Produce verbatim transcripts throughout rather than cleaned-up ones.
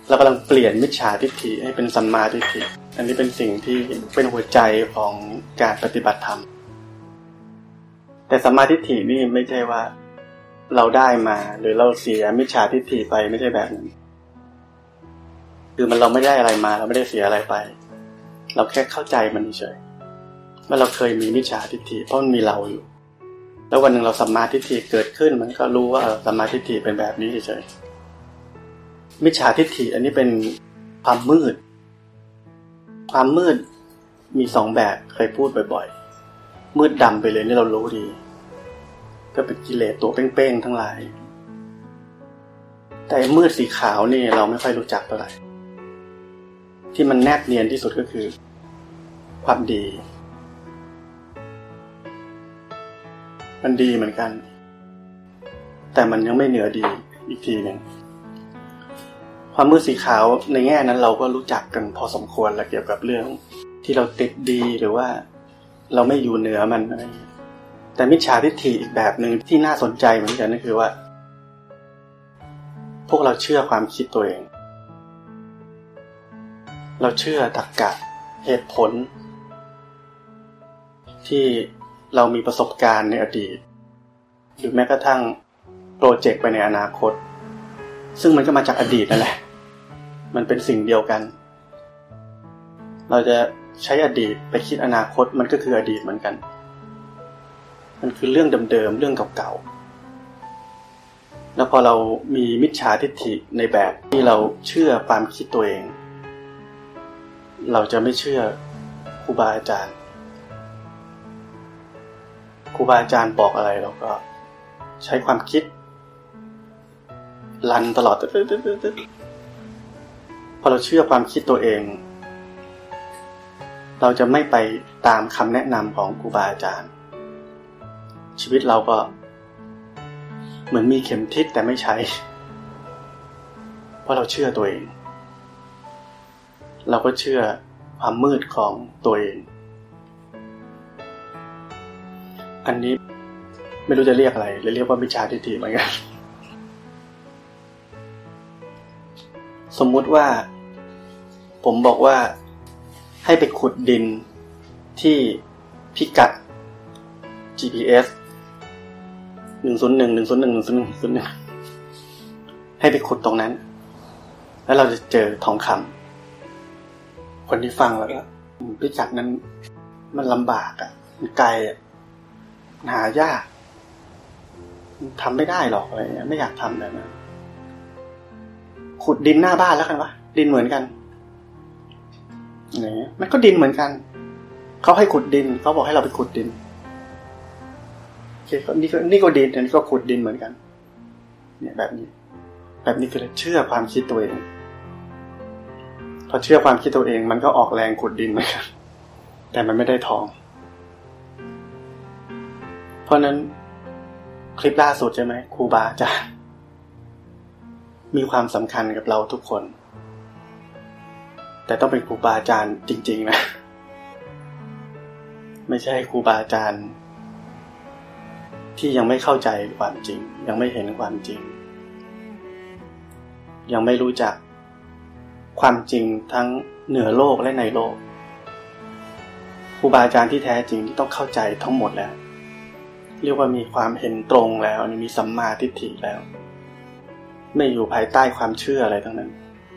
เรากำลังเปลี่ยนมิจฉาทิฏฐิให้เป็นสัมมาทิฏฐิอันนี้เป็นสิ่งที่เป็นหัวใจของการปฏิบัติธรรมแต่สัมมาทิฏฐินี่ไม่ใช่ว่าเราได้มาหรือเราเสียมิจฉาทิฏฐิไปไม่ใช่แบบนั้นคือมันเราไม่ได้อะไรมาเราไม่ได้เสียอะไรไปเราแค่เข้าใจมันเฉยว่าเราเคยมีมิจฉาทิฏฐิเพราะมันมีเราอยู่แล้ววันหนึ่งเราสัมมาทิฏฐิเกิดขึ้นมันก็รู้ว่าสัมมาทิฏฐิเป็นแบบนี้เฉยมิจฉาทิฏฐิอันนี้เป็นความมืดความมืดมีสองแบบเคยพูดบ่อยๆมืดดำไปเลยนี่เรารู้ดีก็เป็นกิเลสตัวเป้งๆทั้งหลายแต่มืดสีขาวนี่เราไม่ค่อยรู้จักเท่าไหร่ที่มันแนบเนียนที่สุดก็คือความดีมันดีเหมือนกันแต่มันยังไม่เหนือดีอีกทีหนึ่งความมืดสีขาวในแง่นั้นเราก็รู้จักกันพอสมควรแล้วเกี่ยวกับเรื่องที่เราติดดีหรือว่าเราไม่อยู่เหนือมันอะไรแต่มิจฉาทิฏฐิอีกแบบนึงที่น่าสนใจเหมือนกันก็คือว่าพวกเราเชื่อความคิดตัวเองเราเชื่อตรรกะเหตุผลที่เรามีประสบการณ์ในอดีตหรือแม้กระทั่งโปรเจกต์ไปในอนาคตซึ่งมันก็มาจากอดีตนั่นแหละมันเป็นสิ่งเดียวกันเราจะใช้อดีตไปคิดอนาคตมันก็คืออดีตเหมือนกันมันคือเรื่องเดิมๆเรื่องเก่าๆแล้วพอเรามีมิจฉาทิฏฐิในแบบที่เราเชื่อความคิดตัวเองเราจะไม่เชื่อครูบาอาจารย์ครูบาอาจารย์บอกอะไรเราก็ใช้ความคิดลันตลอดพอเราเชื่อความคิดตัวเองเราจะไม่ไปตามคำแนะนำของครูบาอาจารย์ชีวิตเราก็เหมือนมีเข็มทิศแต่ไม่ใช้เพราะเราเชื่อตัวเองเราก็เชื่อความมืดของตัวเองอันนี้ไม่รู้จะเรียกอะไรเลยเรียกว่ามิจฉาทิฏฐิเหมือนกันสมมุติว่าผมบอกว่าให้ไปขุดดินที่พิกัด จี พี เอส หนึ่ง ศูนย์ หนึ่ง หนึ่ง ศูนย์ หนึ่ง หนึ่ง ศูนย์ หนึ่ง ศูนย์ หนึ่งให้ไปขุดตรงนั้นแล้วเราจะเจอทองคำคนที่ฟังแล้วก็พิกัดนั้นมันลำบากอ่ะมันไกลอ่ะหายากทำไม่ได้หรอกอะไรเงี้ยไม่อยากทำแบบนั้นขุดดินหน้าบ้านแล้วกันวะดินเหมือนกันเนี่ยมันก็ดินเหมือนกันเขาให้ขุดดินเขาบอกให้เราไปขุดดินโอเคนี่ก็นี่ก็ดินอันนี้ก็ขุดดินเหมือนกันเนี่ยแบบนี้แบบนี้คือเชื่อความคิดตัวเองพอเชื่อความคิดตัวเองมันก็ออกแรงขุดดินเหมือนกันแต่มันไม่ได้ทองเพราะนั้นคลิปล่าสุดใช่ไหมครูบาอาจารย์มีความสำคัญกับเราทุกคนแต่ต้องเป็นครูบาอาจารย์จริงๆนะไม่ใช่ครูบาอาจารย์ที่ยังไม่เข้าใจความจริงยังไม่เห็นความจริงยังไม่รู้จักความจริงทั้งเหนือโลกและในโลกครูบาอาจารย์ที่แท้จริงที่ต้องเข้าใจทั้งหมดแล้วเรียกว่ามีความเห็นตรงแล้วมีสัมมาทิฏฐิแล้วไม่อยู่ภายใต้ความเชื่ออะไรทั้งนั้น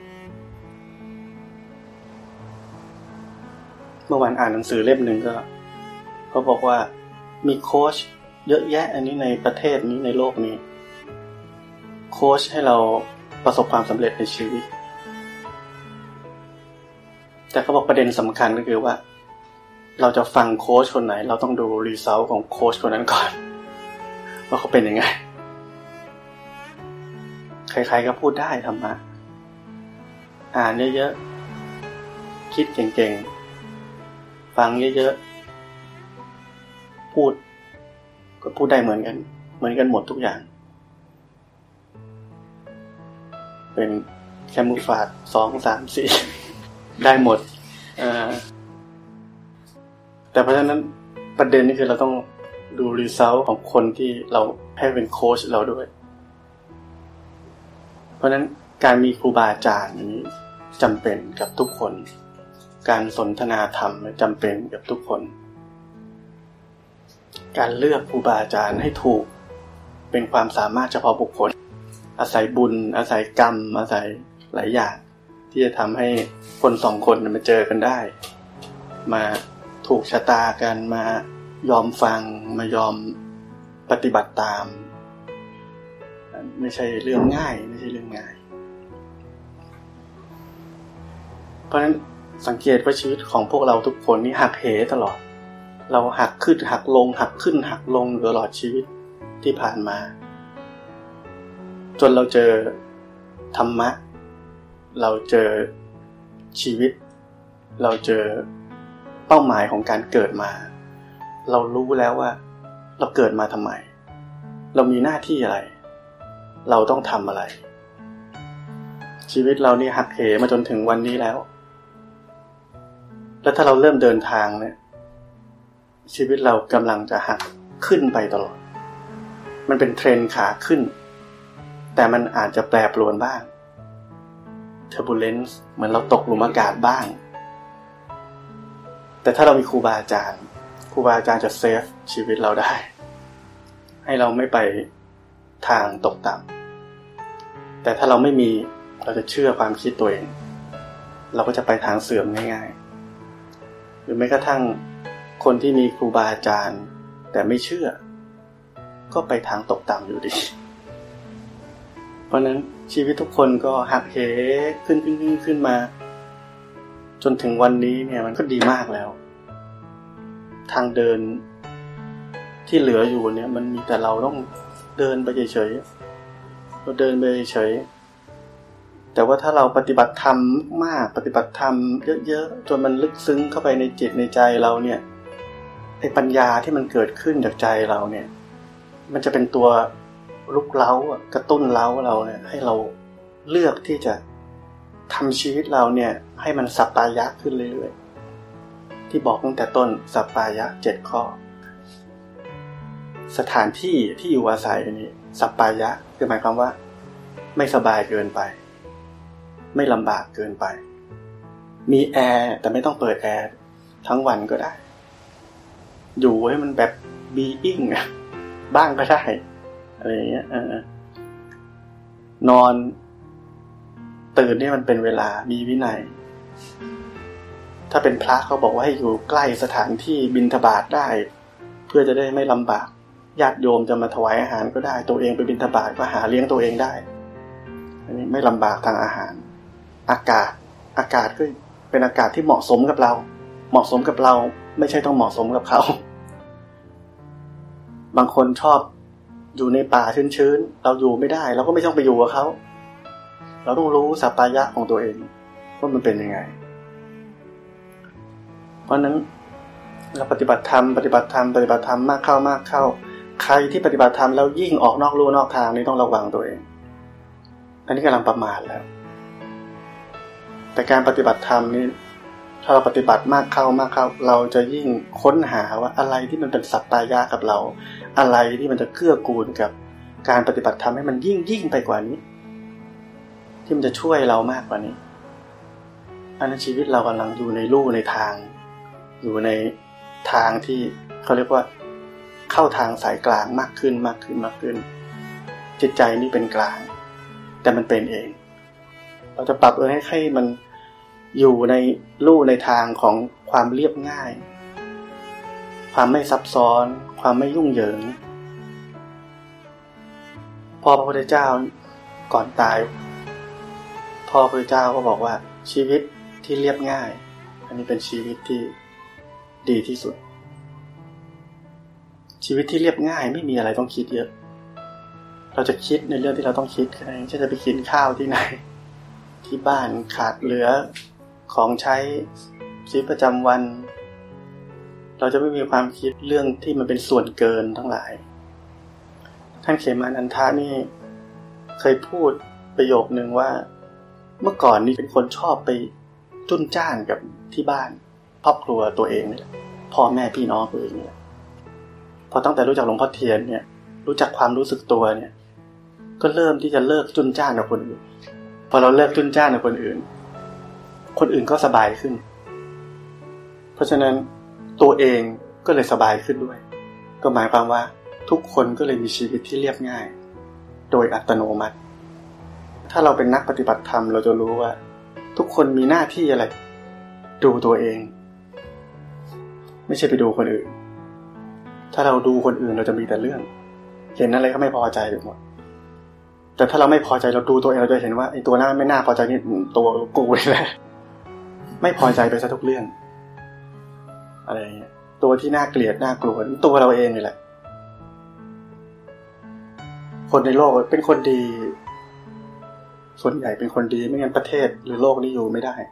เมื่อวานอ่านหนังสือเล่มหนึ่งก็เขาบอกว่ามีโค้ชเยอะแยะอันนี้ในประเทศนี้ในโลกนี้โค้ชให้เราประสบความสำเร็จในชีวิตแต่เขาบอกประเด็นสำคัญก็คือว่าเราจะฟังโค้ชคนไหนเราต้องดูรีซัลต์ของโค้ชคนนั้นก่อนว่าเขาเป็นยังไงใครๆก็พูดได้ธรรมะอ่านเยอะๆคิดเก่งๆฟังเยอะๆพูดก็พูดได้เหมือนกันเหมือนกันหมดทุกอย่างเป็นแคมูฟลาจสอง สาม สี่ได้หมดอ่าแต่เพราะฉะนั้นประเด็นนี้คือเราต้องดูรีซัลต์ของคนที่เราให้เป็นโค้ชเราด้วยเพราะฉะนั้นการมีครูบาอาจารย์นี้จำเป็นกับทุกคนการสนทนาธรรมจำเป็นกับทุกคนการเลือกครูบาอาจารย์ให้ถูกเป็นความสามารถเฉพาะบุคคลอาศัยบุญอาศัยกรรมอาศัยหลายอย่างที่จะทำให้คนสองคนมาเจอกันได้มาถูกชะตากันมายอมฟังมายอมปฏิบัติตามไม่ใช่เรื่องง่ายไม่ใช่เรื่องง่ายเพราะฉะนั้นสังเกตว่าชีวิตของพวกเราทุกคนนี่หักเหตลอดเราหักขึ้นหักลงหักขึ้นหักลงตลอดชีวิตที่ผ่านมาจนเราเจอธรรมะเราเจอชีวิตเราเจอเป้าหมายของการเกิดมาเรารู้แล้วว่าเราเกิดมาทำไมเรามีหน้าที่อะไรเราต้องทำอะไรชีวิตเรานี่หักเหมาจนถึงวันนี้แล้วแล้วถ้าเราเริ่มเดินทางเนี่ยชีวิตเรากำลังจะหักขึ้นไปตลอดมันเป็นเทรนด์ขาขึ้นแต่มันอาจจะแปรปรวนบ้าง turbulence เหมือนเราตกหลุมอากาศบ้างแต่ถ้าเรามีครูบาอาจารย์ครูบาอาจารย์จะเซฟชีวิตเราได้ให้เราไม่ไปทางตกต่ำแต่ถ้าเราไม่มีเราจะเชื่อความคิดตัวเองเราก็จะไปทางเสื่อมง่ายๆหรือแม้กระทั่งคนที่มีครูบาอาจารย์แต่ไม่เชื่อก็ไปทางตกต่ำอยู่ดีเพราะนั้นชีวิตทุกคนก็หักเหขึ้นขึ้นขึ้นขึ้นมาจนถึงวันนี้เนี่ยมันก็ดีมากแล้วทางเดินที่เหลืออยู่เนี่ยมันมีแต่เราต้องเดินไปเฉยๆเราเดินไปเฉยๆแต่ว่าถ้าเราปฏิบัติธรรมมากปฏิบัติธรรมเยอะๆจนมันลึกซึ้งเข้าไปในจิตในใจเราเนี่ยไอ้ปัญญาที่มันเกิดขึ้นจากใจเราเนี่ยมันจะเป็นตัวลุกเร้ากระตุ้นเร้าเราเนี่ยให้เราเลือกที่จะทำชีวิตเราเนี่ยให้มันสัปปายะขึ้นเรื่อยๆที่บอกตั้งแต่ต้นสัปปายะเจ็ดข้อสถานที่ที่อยู่อาศัยนี่สัปปายะคือหมายความว่าไม่สบายเกินไปไม่ลำบากเกินไปมีแอร์แต่ไม่ต้องเปิดแอร์ทั้งวันก็ได้อยู่ให้มันแบบบีอิ้งบ้างก็ได้อะไรอย่างเงี้ยนอนตื่นนี่มันเป็นเวลามีวินัยถ้าเป็นพระเขาบอกว่าให้อยู่ใกล้สถานที่บิณฑบาตได้เพื่อจะได้ไม่ลำบากญาติโยมจะมาถวายอาหารก็ได้ตัวเองไปบิณฑบาตก็หาเลี้ยงตัวเองได้อันนี้ไม่ลำบากทางอาหารอากาศอากาศก็เป็นอากาศที่เหมาะสมกับเราเหมาะสมกับเราไม่ใช่ต้องเหมาะสมกับเขาบางคนชอบอยู่ในป่าชื้นๆเราอยู่ไม่ได้เราก็ไม่ต้องไปอยู่กับเขาเราต้องรู้สัปปายะของตัวเองว่ามันเป็นยังไงเพราะนั้นเราปฏิบัติธรรมปฏิบัติธรรมปฏิบัติธรรมมากเข้ามากเข้าใครที่ปฏิบัติธรรมแล้วยิ่งออกนอกลู่นอกทางนี่ต้องระวังตัวเองอันนี้กำลังประมาทแล้วแต่การปฏิบัติธรรมนี่ถ้าเราปฏิบัติมากเข้ามากเข้าเราจะยิ่งค้นหาว่าอะไรที่มันเป็นสัปปายะกับเราอะไรที่มันจะเกื้อกูลกับการปฏิบัติธรรมให้มันยิ่งยิ่งไปกว่านี้ที่มันจะช่วยเรามากกว่านี้อันนั้นชีวิตเรากำลังอยู่ในลู่ในทางอยู่ในทางที่เขาเรียกว่าเข้าทางสายกลางมากขึ้นมากขึ้นมากขึ้นจิตใจนี่เป็นกลางแต่มันเป็นเองเราจะปรับเออให้ให้มันอยู่ในลู่ในทางของความเรียบง่ายความไม่ซับซ้อนความไม่ยุ่งเหยิงพ่อพระพุทธเจ้าก่อนตายพ่อพระพุทธเจ้าก็บอกว่าชีวิตที่เรียบง่ายอันนี้เป็นชีวิตที่ดีที่สุดชีวิตที่เรียบง่ายไม่มีอะไรต้องคิดเยอะเราจะคิดในเรื่องที่เราต้องคิดแค่นั้นจะไปกินข้าวที่ไหนที่บ้านขาดเหลือของใช้ชีวิตประจำวันเราจะไม่มีความคิดเรื่องที่มันเป็นส่วนเกินทั้งหลายท่านเขมานันทะนี่เคยพูดประโยคนึงว่าเมื่อก่อนนี่เป็นคนชอบไปจุนจ้านกับที่บ้านครอบครัวตัวเองนี่แหละพ่อแม่พี่น้องตัวเองนี่แหละพอตั้งแต่รู้จักหลวงพ่อเทียนเนี่ยรู้จักความรู้สึกตัวเนี่ยก็เริ่มที่จะเลิกจุนจ้านกับคนอื่นพอเราเลิกจุนจ้านกับคนอื่นคนอื่นก็สบายขึ้นเพราะฉะนั้นตัวเองก็เลยสบายขึ้นด้วยก็หมายความว่าทุกคนก็เลยมีชีวิตที่เรียบง่ายโดยอัตโนมัติถ้าเราเป็นนักปฏิบัติธรรมเราจะรู้ว่าทุกคนมีหน้าที่อะไรดูตัวเองไม่ใช่ไปดูคนอื่นถ้าเราดูคนอื่นเราจะมีแต่เรื่องเห็นอะไรก็ไม่พอใจไปหมดแต่ถ้าเราไม่พอใจเราดูตัวเองเราจะเห็นว่าไอ้ตัวนั้นไม่น่าพอใจนี่ตัวกูนี่แหละไม่พอใจไปซะทุกเรื่องอะไรอย่างเงี้ยตัวที่น่าเกลียดน่ากลัวตัวเราเองนี่แหละคนในโลกเป็นคนดีส่วนใหญ่เป็นคนดีไม่งั้นประเทศหรือโลกนี้อยู่ไม่ได้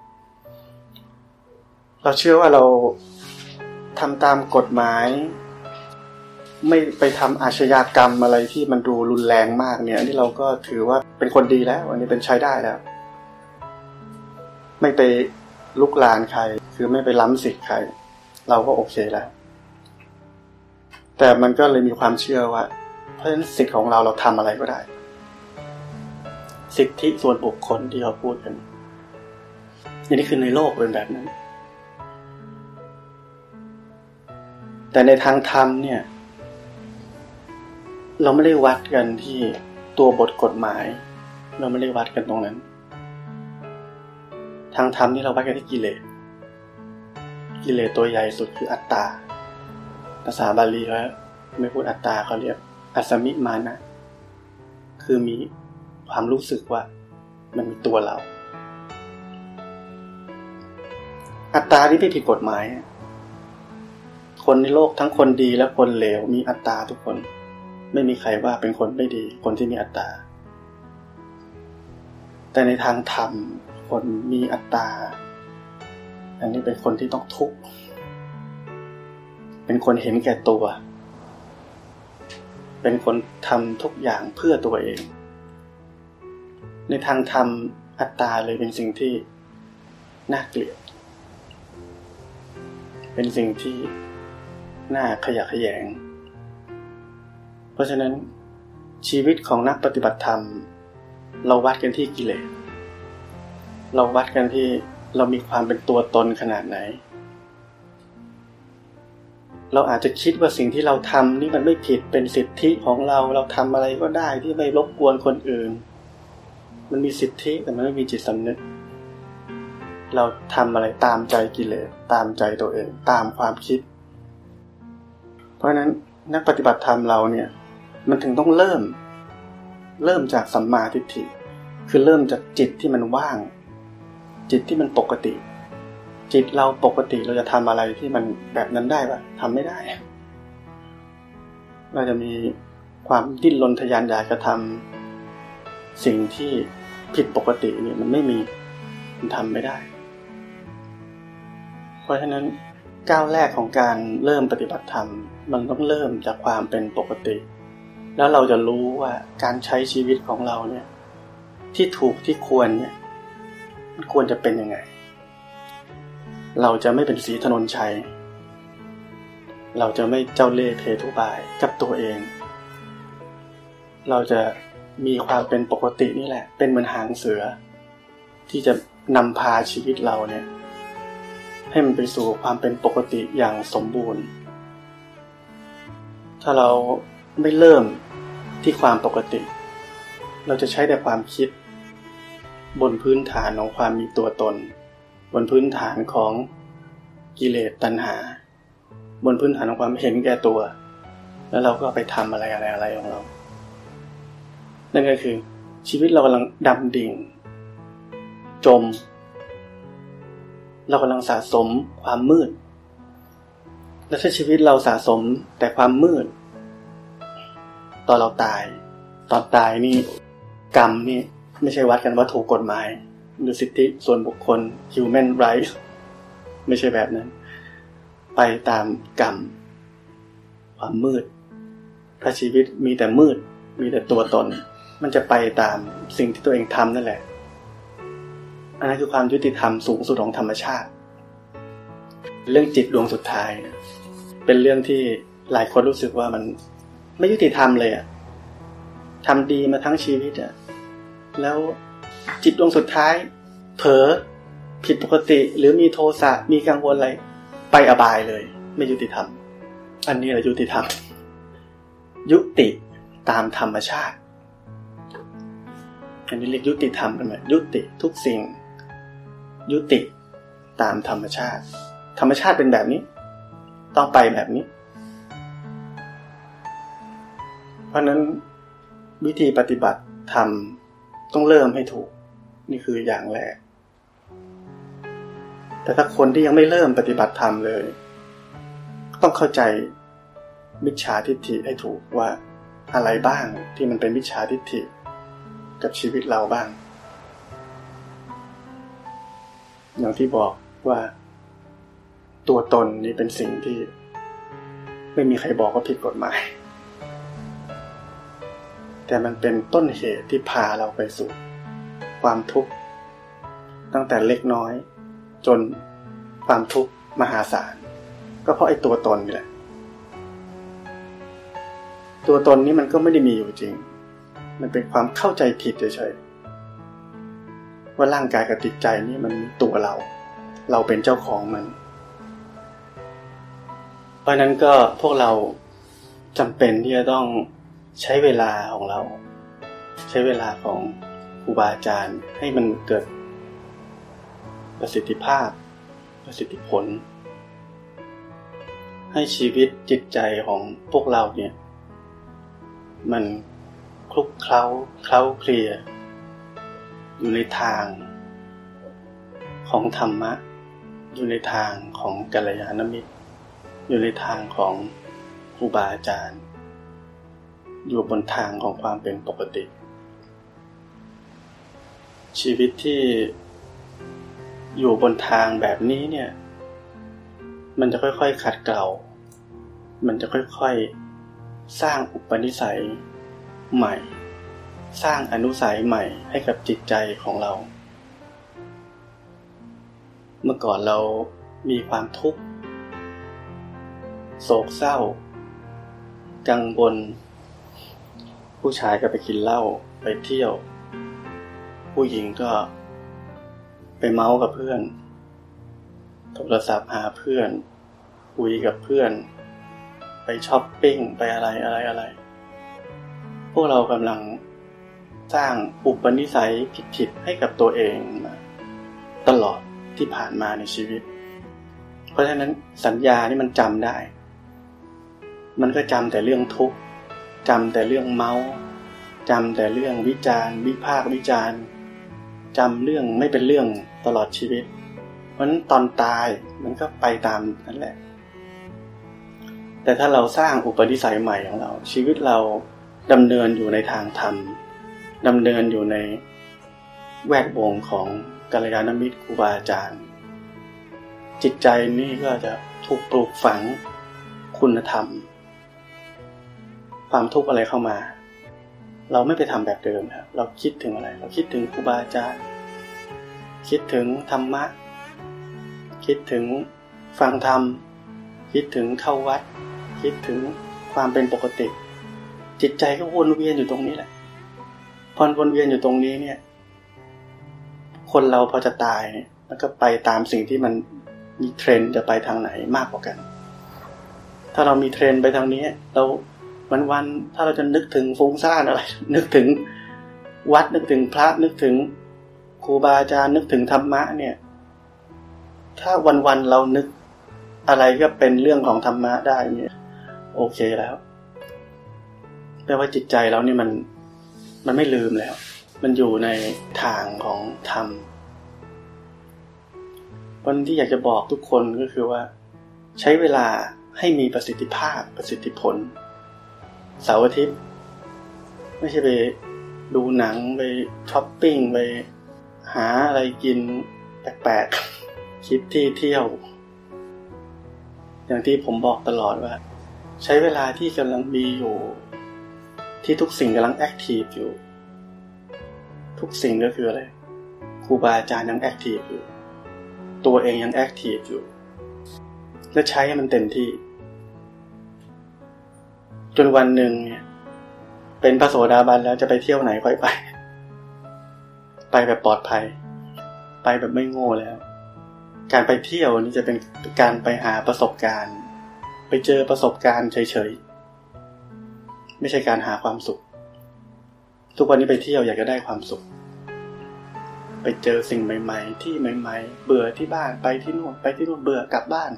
เราเชื่อว่าเราทำตามกฎหมายไม่ไปทำอาชญากรรมอะไรที่มันดูรุนแรงมากเนี่ยอันนี้เราก็ถือว่าเป็นคนดีแล้วอันนี้เป็นใช้ได้แล้วไม่ไปลุกลานใครคือไม่ไปล้ำสิทธิ์ใครเราก็โอเคแล้วแต่มันก็เลยมีความเชื่อว่าเพราะฉะนั้นสิทธิ์ของเราเราทำอะไรก็ได้สิทธิส่วนบุคคลที่เขาพูดกันอย่างนี้คือในโลกเป็นแบบนั้นแต่ในทางธรรมเนี่ยเราไม่ได้วัดกันที่ตัวบทกฎหมายเราไม่ได้วัดกันตรงนั้นทางธรรมนี่เราวัดกันที่กิเลสกิเลสตัวใหญ่สุดคืออัตตาภาษาบาลีเขาไม่พูดอัตตาเขาเรียกอัสสมิมานะคือมีความรู้สึกว่ามันมีตัวเราอัตตาที่ไม่ผิดกฎหมายคนในโลกทั้งคนดีและคนเลวมีอัตตาทุกคนไม่มีใครว่าเป็นคนไม่ดีคนที่มีอัตตาแต่ในทางธรรมคนมีอัตตาอันนี้เป็นคนที่ต้องทุกข์เป็นคนเห็นแก่ตัวเป็นคนทำทุกอย่างเพื่อตัวเองในทางธรรมอัตตาเลยเป็นสิ่งที่น่าเกลียดเป็นสิ่งที่น่าขยะแขยงเพราะฉะนั้นชีวิตของนักปฏิบัติธรรมเราวัดกันที่กิเลสเราวัดกันที่เรามีความเป็นตัวตนขนาดไหนเราอาจจะคิดว่าสิ่งที่เราทำนี่มันไม่ผิดเป็นสิทธิของเราเราทำอะไรก็ได้ที่ไม่รบกวนคนอื่นมันมีสิทธิแต่มันไม่มีจิตสำนึกเราทำอะไรตามใจกิเลสตามใจตัวเองตามความคิดเพราะฉะนั้นนักปฏิบัติธรรมเราเนี่ยมันถึงต้องเริ่มเริ่มจากสัมมาทิฏฐิคือเริ่มจากจิตที่มันว่างจิตที่มันปกติจิตเราปกติเราจะทำอะไรที่มันแบบนั้นได้ปะทำไม่ได้เราจะมีความดิ้นรนทะยานอยากจะทำสิ่งที่ผิดปกติเนี่ยมันไม่มีมันทำไม่ได้เพราะฉะนั้นก้าวแรกของการเริ่มปฏิบัติธรรมมันต้องเริ่มจากความเป็นปกติแล้วเราจะรู้ว่าการใช้ชีวิตของเราเนี่ยที่ถูกที่ควรเนี่ยมันควรจะเป็นยังไงเราจะไม่เป็นศรีถนนชัยเราจะไม่เจ้าเล่ห์เพทุบายกับตัวเองเราจะมีความเป็นปกตินี่แหละเป็นเหมือนหางเสือที่จะนำพาชีวิตเราเนี่ยให้มันไปสู่ความเป็นปกติอย่างสมบูรณ์ถ้าเราไม่เริ่มที่ความปกติเราจะใช้แต่ความคิดบนพื้นฐานของความมีตัวตนบนพื้นฐานของกิเลสตัณหาบนพื้นฐานของความเห็นแก่ตัวแล้วเราก็ไปทำอะไรอะไรอะไรของเรานั่นก็คือชีวิตเรากำลังดำดิ่งจมเรากำลังสะสมความมืดและถ้าชีวิตเราสะสมแต่ความมืดตอนเราตายตอนตายนี่กรรมนี่ไม่ใช่วัดกันว่าถูกกฎหมายหรือสิทธิส่วนบุคคล human rights ไม่ใช่แบบนั้นไปตามกรรมความมืดถ้าชีวิตมีแต่มืดมีแต่ตัวตนมันจะไปตามสิ่งที่ตัวเองทำนั่นแหละอันนั้นคือความยุติธรรมสูงสุดของธรรมชาติเรื่องจิตดวงสุดท้ายเป็นเรื่องที่หลายคนรู้สึกว่ามันไม่ยุติธรรมเลยอ่ะทำดีมาทั้งชีวิตอ่ะแล้วจิตดวงสุดท้ายเผลอผิดปกติหรือมีโทสะมีกังวลอะไรไปอบายเลยไม่ยุติธรรมอันนี้แหละยุติธรรมยุติตามธรรมชาติอันนี้เรียกยุติธรรมกันไหมยุติทุกสิ่งยุติตามธรรมชาติธรรมชาติเป็นแบบนี้ต้องไปแบบนี้เพราะนั้นวิธีปฏิบัติธรรมต้องเริ่มให้ถูกนี่คืออย่างแรกแต่ถ้าคนที่ยังไม่เริ่มปฏิบัติธรรมเลยต้องเข้าใจมิจฉาทิฏฐิให้ถูกว่าอะไรบ้างที่มันเป็นมิจฉาทิฏฐิกับชีวิตเราบ้างอย่างที่บอกว่าตัวตนนี่เป็นสิ่งที่ไม่มีใครบอกว่าผิดกฎหมายแต่มันเป็นต้นเหตุที่พาเราไปสู่ความทุกข์ตั้งแต่เล็กน้อยจนความทุกข์มหาศาลก็เพราะไอ้ตัวตนนี่แหละตัวตนนี้มันก็ไม่ได้มีอยู่จริงมันเป็นความเข้าใจผิดเฉยๆว่าร่างกายกับจิตใจนี่มันมีตัวเราเราเป็นเจ้าของมันเพราะนั้นก็พวกเราจำเป็นที่จะต้องใช้เวลาของเราใช้เวลาของครูบาอาจารย์ให้มันเกิดประสิทธิภาพประสิทธิผลให้ชีวิตจิตใจของพวกเราเนี่ยมันคลุกเคล้าเคล้าเคลียอยู่ในทางของธรรมะอยู่ในทางของกัลยาณมิตรอยู่ในทางของครูบาอาจารย์อยู่บนทางของความเป็นปกติชีวิตที่อยู่บนทางแบบนี้เนี่ยมันจะค่อยๆขัดเกลามันจะค่อยๆสร้างอุปนิสัยใหม่สร้างอนุสัยใหม่ให้กับจิตใจของเราเมื่อก่อนเรามีความทุกข์โศกเศร้ากังวลผู้ชายก็ไปกินเหล้าไปเที่ยวผู้หญิงก็ไปเมาส์กับเพื่อนโทรศัพท์หาเพื่อนคุยกับเพื่อนไปช้อปปิ้งไปอะไรอะไรอะไรพวกเรากำลังสร้างอุปนิสัยผิดๆให้กับตัวเองมาตลอดที่ผ่านมาในชีวิตเพราะฉะนั้นสัญญานี่มันจำได้มันก็จำแต่เรื่องทุกข์จำแต่เรื่องเมาส์จำแต่เรื่องวิจารณ์วิพากษ์วิจารณ์จำเรื่องไม่เป็นเรื่องตลอดชีวิตเพราะฉะนั้นตอนตายมันก็ไปตามนั่นแหละแต่ถ้าเราสร้างอุปนิสัยใหม่ของเราชีวิตเราดำเนินอยู่ในทางธรรมดำเนินอยู่ในแวดวงของกัลยาณมิตรครูบาอาจารย์จิตใจนี่ก็จะถูกปลูกฝังคุณธรรมความทุกข์อะไรเข้ามาเราไม่ไปทำแบบเดิมครับเราคิดถึงอะไรเราคิดถึงครูบาอาจารย์คิดถึงธรรมะคิดถึงฟังธรรมคิดถึงเข้าวัดคิดถึงความเป็นปกติจิตใจก็วนเวียนอยู่ตรงนี้แหละพอวนเวียนอยู่ตรงนี้เนี่ยคนเราพอจะตายเนี่ยมันก็ไปตามสิ่งที่มันมีเทรนด์จะไปทางไหนมากกว่ากันถ้าเรามีเทรนด์ไปทางนี้เราวันๆถ้าเราจะนึกถึงฟุ้งซ่านอะไรนึกถึงวัดนึกถึงพระนึกถึงครูบาอาจารย์นึกถึงธรรมะเนี่ยถ้าวันๆเรานึกอะไรก็เป็นเรื่องของธรรมะได้เนี่ยโอเคแล้วแปลว่าจิตใจเรานี่มันมันไม่ลืมแล้วมันอยู่ในทางของธรรมวันที่อยากจะบอกทุกคนก็คือว่าใช้เวลาให้มีประสิทธิภาพประสิทธิผลเสาร์อาทิตย์ไม่ใช่ไปดูหนังไปช้อปปิ้งไปหาอะไรกินแปลกๆคิดที่เที่ยวอย่างที่ผมบอกตลอดว่าใช้เวลาที่กำลังมีอยู่ที่ทุกสิ่งกำลังแอคทีฟอยู่ทุกสิ่งก็คืออะไรครูบาอาจารย์ยังแอคทีฟอยู่ตัวเองยังแอคทีฟอยู่และใช้ให้มันเต็มที่จนวันหนึ่งเนี่ยเป็นพระโสดาบันแล้วจะไปเที่ยวไหนค่อยไปไปแบบปลอดภัยไปแบบไม่โง่แล้วการไปเที่ยวนี่จะเป็นการไปหาประสบการณ์ไปเจอประสบการณ์เฉยๆไม่ใช่การหาความสุขทุกวันนี้ไปเที่ยวอยากจะได้ความสุขไปเจอสิ่งใหม่ๆที่ใหม่ๆเบื่อที่บ้านไปที่นู่นไปที่นู่นเบื่อกลับบ้าน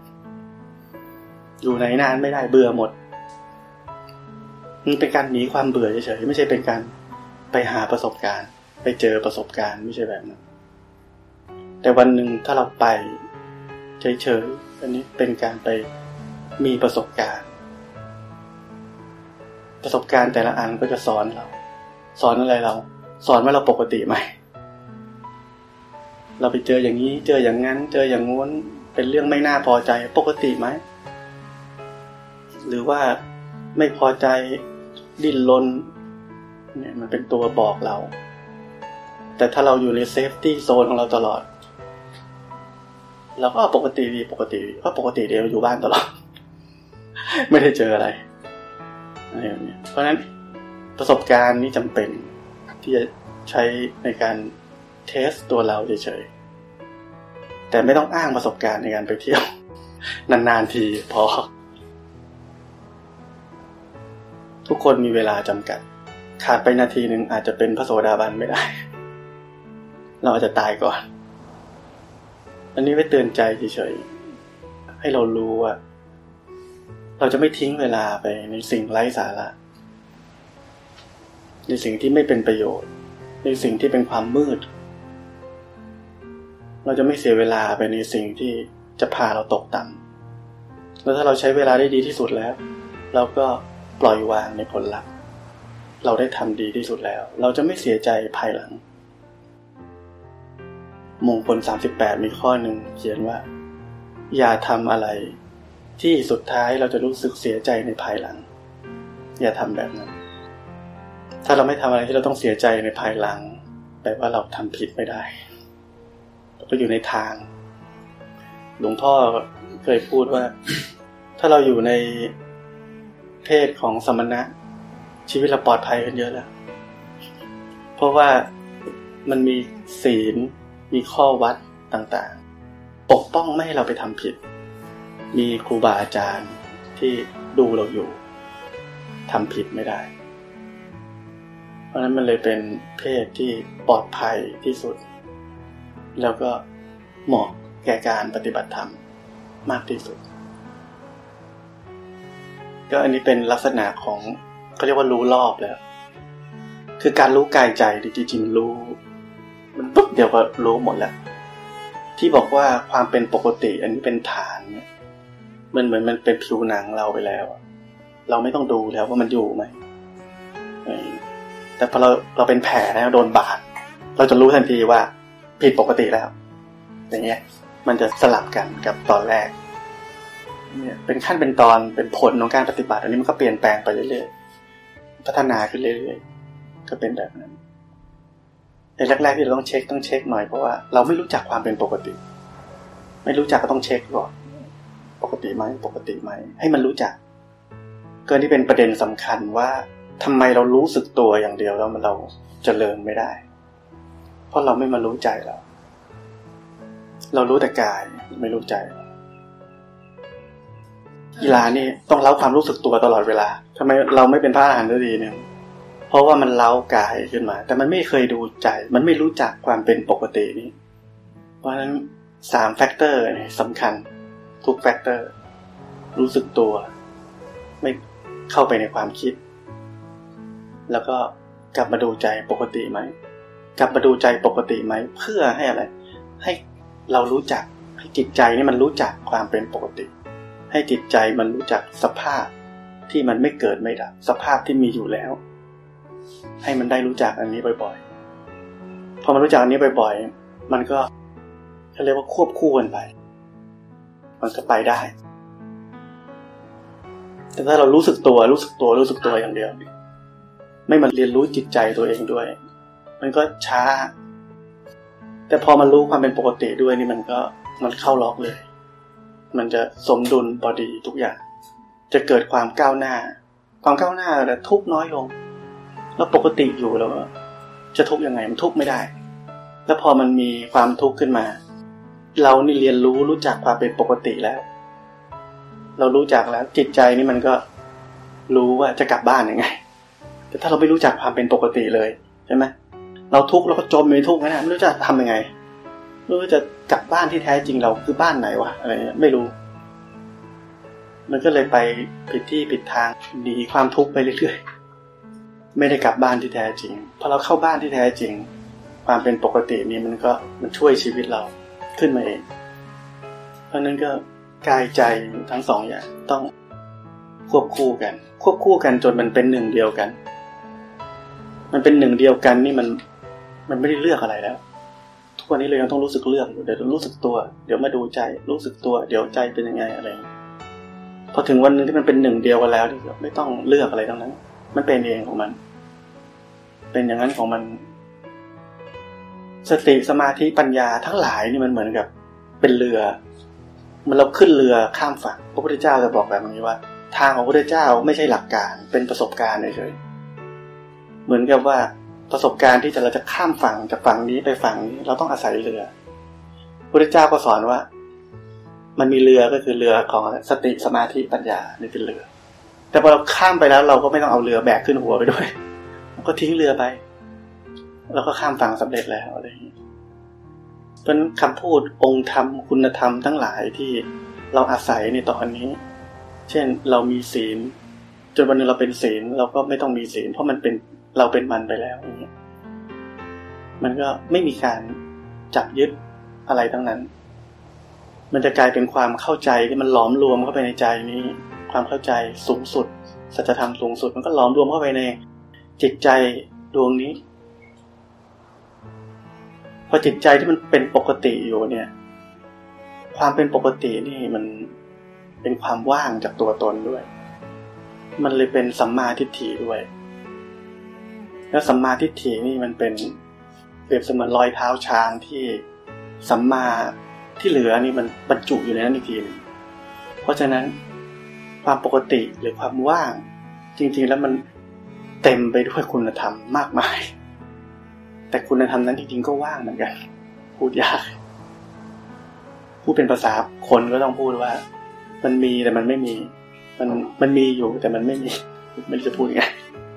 อยู่ไหนนานไม่ได้เบื่อหมดมันเป็นการหนีความเบื่อเฉยๆไม่ใช่เป็นการไปหาประสบการณ์ไปเจอประสบการณ์ไม่ใช่แบบนั้นแต่วันหนึ่งถ้าเราไปเฉยๆอันนี้เป็นการไปมีประสบการณ์ประสบการณ์แต่ละอันก็จะสอนเราสอนอะไรเราสอนว่าเราปกติไหมเราไปเจออย่างนี้เจออย่างนั้นเจออย่างงู้นเป็นเรื่องไม่น่าพอใจปกติไหมหรือว่าไม่พอใจดิ้นรนเนี่ยมันเป็นตัวบอกเราแต่ถ้าเราอยู่ในเซฟตี้โซนของเราตลอดเราก็ปกติดีปกติก็ปกติเดียวอยู่บ้านตลอด ไม่ได้เจออะไรอะไรแบบนี้เพราะฉะนั้นประสบการณ์นี้จำเป็นที่จะใช้ในการเทสตัวเราเฉยๆแต่ไม่ต้องอ้างประสบการณ์ในการไปเที่ยวนานๆทีพอทุกคนมีเวลาจำกัดขาดไปนาทีหนึ่งอาจจะเป็นพระโสดาบันไม่ได้เราอาจจะตายก่อนอันนี้ไว้เตือนใจเฉยๆให้เรารู้ว่าเราจะไม่ทิ้งเวลาไปในสิ่งไร้สาระในสิ่งที่ไม่เป็นประโยชน์ในสิ่งที่เป็นความมืดเราจะไม่เสียเวลาไปในสิ่งที่จะพาเราตกต่ำแล้วถ้าเราใช้เวลาได้ดีที่สุดแล้วเราก็ปล่อยวางในผลลัพธ์เราได้ทำดีที่สุดแล้วเราจะไม่เสียใจภายหลังมงคลสามสิบแปดมีข้อหนึ่งเขียนว่าอย่าทำอะไรที่สุดท้ายเราจะรู้สึกเสียใจในภายหลังอย่าทำแบบนั้นถ้าเราไม่ทำอะไรที่เราต้องเสียใจในภายหลังแปลว่าเราทำผิดไม่ได้เราก็อยู่ในทางหลวงพ่อเคยพูดว่าถ้าเราอยู่ในเพศของสมณะชีวิตเราปลอดภัยกันเยอะแล้วเพราะว่ามันมีศีลมีข้อวัดต่างๆปกป้องไม่ให้เราไปทำผิดมีครูบาอาจารย์ที่ดูเราอยู่ทำผิดไม่ได้เพราะนั้นมันเลยเป็นเพศที่ปลอดภัยที่สุดแล้วก็เหมาะแก่การปฏิบัติธรรมมากที่สุดก็อันนี้เป็นลักษณะของเขาเรียกว่ารู้รอบแล้วคือการรู้กายใจจริงๆรู้มันปุ๊บเดียวก็รู้หมดแล้วที่บอกว่าความเป็นปกติอันนี้เป็นฐานเนี่ยมันเหมือนมันเป็นผิวหนังเราไปแล้วเราไม่ต้องดูแล้วว่ามันอยู่ไหมแต่พอเราเราเป็นแผลแล้วโดนบาดเราจะรู้ทันทีว่าผิดปกติแล้วอย่างเงี้ยมันจะสลับกันกับตอนแรกเนี่ยเป็นขั้นเป็นตอนเป็นผลของการปฏิบัติอันนี้มันก็เปลี่ยนแปลงไปเรื่อยๆพัฒนาขึ้นเรื่อยๆก็เป็นแบบนั้นแต่แรกๆที่เราต้องเช็คต้องเช็คหน่อยเพราะว่าเราไม่รู้จักความเป็นปกติไม่รู้จักก็ต้องเช็คก่อนปกติไหมปกติไหมให้มันรู้จักก็นี่เป็นประเด็นสำคัญว่าทำไมเรารู้สึกตัวอย่างเดียวแล้วมันเราเจริญไม่ได้เพราะเราไม่มารู้ใจเราเรารู้แต่กายไม่รู้ใจกีฬานี่ต้องเล้าความรู้สึกตัวตลอดเวลาทำไมเราไม่เป็นพระอรหันต์สักทีเนี่ยเพราะว่ามันเล้ากายขึ้นมาแต่มันไม่เคยดูใจมันไม่รู้จักความเป็นปกตินี้เพราะฉะนั้นสามแฟกเตอร์นี่สำคัญทุกแฟกเตอร์รู้สึกตัวไม่เข้าไปในความคิดแล้วก็กลับมาดูใจปกติไหมกลับมาดูใจปกติไหมเพื่อให้อะไรให้เรารู้จักให้จิตใจนี่มันรู้จักความเป็นปกติให้จิตใจมันรู้จักสภาพที่มันไม่เกิดไม่ดับสภาพที่มีอยู่แล้วให้มันได้รู้จักอันนี้บ่อยๆพอมันรู้จักอันนี้บ่อยๆมันก็เขาเรียกว่าควบคู่กันไปมันก็ไปได้แต่ถ้าเรารู้สึกตัวรู้สึกตัวรู้สึกตัวอย่างเดียวไม่มาเรียนรู้จิตใจตัวเองด้วยมันก็ช้าแต่พอมันรู้ความเป็นปกติด้วยนี่มันก็มันเข้าล็อกเลยมันจะสมดุลพอดีทุกอย่างจะเกิดความก้าวหน้าความก้าวหน้าแต่ทุกข์น้อยลงแล้วปกติอยู่แล้วจะทุกข์ยังไงมันทุกข์ไม่ได้แล้วพอมันมีความทุกข์ขึ้นมาเรานี่เรียนรู้รู้จักความเป็นปกติแล้วเรารู้จักแล้วจิตใจนี่มันก็รู้ว่าจะกลับบ้านยังไงแต่ถ้าเราไม่รู้จักความเป็นปกติเลยใช่ไหมเราทุกข์เราก็จมอยู่ในทุกข์นั่นแหละไม่รู้จะทำยังไงไม่รู้จะกลับบ้านที่แท้จริงเราคือบ้านไหนวะอะไรเงี้ยไม่รู้มันก็เลยไปผิดที่ผิดทางหนีความทุกข์ไปเรื่อยๆไม่ได้กลับบ้านที่แท้จริงพอเราเข้าบ้านที่แท้จริงความเป็นปกตินี้มันก็มันช่วยชีวิตเราขึ้นมาเองเพราะนั้นก็กายใจทั้งสองอย่างต้องควบคู่กันควบคู่กันจนมันเป็นหนึ่งเดียวกันมันเป็นหนึ่งเดียวกันนี่มันมันไม่ได้เลือกอะไรแล้วทุกวันนี้เรายังต้องรู้สึกเลือกอยู่เดี๋ยวรู้สึกตัวเดี๋ยวมาดูใจรู้สึกตัวเดี๋ยวใจเป็นยังไงอะไรพอถึงวันนึงที่มันเป็นหนึ่งเดียวกันแล้วที่ไม่ต้องเลือกอะไรทั้งนั้นมันเป็นเองของมันเป็นอย่างนั้นของมันสติสมาธิปัญญาทั้งหลายนี่มันเหมือนกับเป็นเรือมันเราขึ้นเรือข้ามฝั่งพระพุทธเจ้าจะบอกแบบนี้ว่าทางของพระพุทธเจ้าไม่ใช่หลักการเป็นประสบการณ์เฉยๆเหมือนกับว่าประสบการณ์ที่จะเราจะข้ามฝั่งจากฝั่งนี้ไปฝั่งนี้เราต้องอาศัยเรือพระพุทธเจ้าก็สอนว่ามันมีเรือก็คือเรือของสติสมาธิปัญญานี่เป็นเรือแต่พอเราข้ามไปแล้วเราก็ไม่ต้องเอาเรือแบกขึ้นหัวไปด้วยเราก็ทิ้งเรือไปเราก็ข้ามฝั่งสำเร็จแล้วอะไรอย่างนี้เป็นคำพูดองค์ธรรมคุณธรรมทั้งหลายที่เราอาศัยในตอนนี้เช่นเรามีศีลจนวันนึงเราเป็นศีลเราก็ไม่ต้องมีศีลเพราะมันเป็นเราเป็นมันไปแล้วอย่างนี้มันก็ไม่มีการจับยึดอะไรทั้งนั้นมันจะกลายเป็นความเข้าใจที่มันหลอมรวมเข้าไปในใจนี้ความเข้าใจสูงสุดสัจธรรมสูงสุดมันก็หลอมรวมเข้าไปในจิตใจดวงนี้พอจิตใจที่มันเป็นปกติอยู่เนี่ยความเป็นปกตินี่มันเป็นความว่างจากตัวตนด้วยมันเลยเป็นสัมมาทิฏฐิด้วยแล้วสัมมาทิฏฐินี่มันเป็นเปรียบเสมือนรอยเท้าช้างที่สัมมาที่เหลือนี่มันบรรจุอยู่ในนั้นอีกทีนึงเพราะฉะนั้นความปกติหรือความว่างจริงๆแล้วมันเต็มไปด้วยคุณธรรมมากมายแต่คุณธรรมนั้นจริงๆก็ว่างเหมือนกันพูดยากพูดเป็นภาษาคนก็ต้องพูดว่ามันมีแต่มันไม่มีมันมันมีอยู่แต่มันไม่มีไม่รู้จะพูดยังไง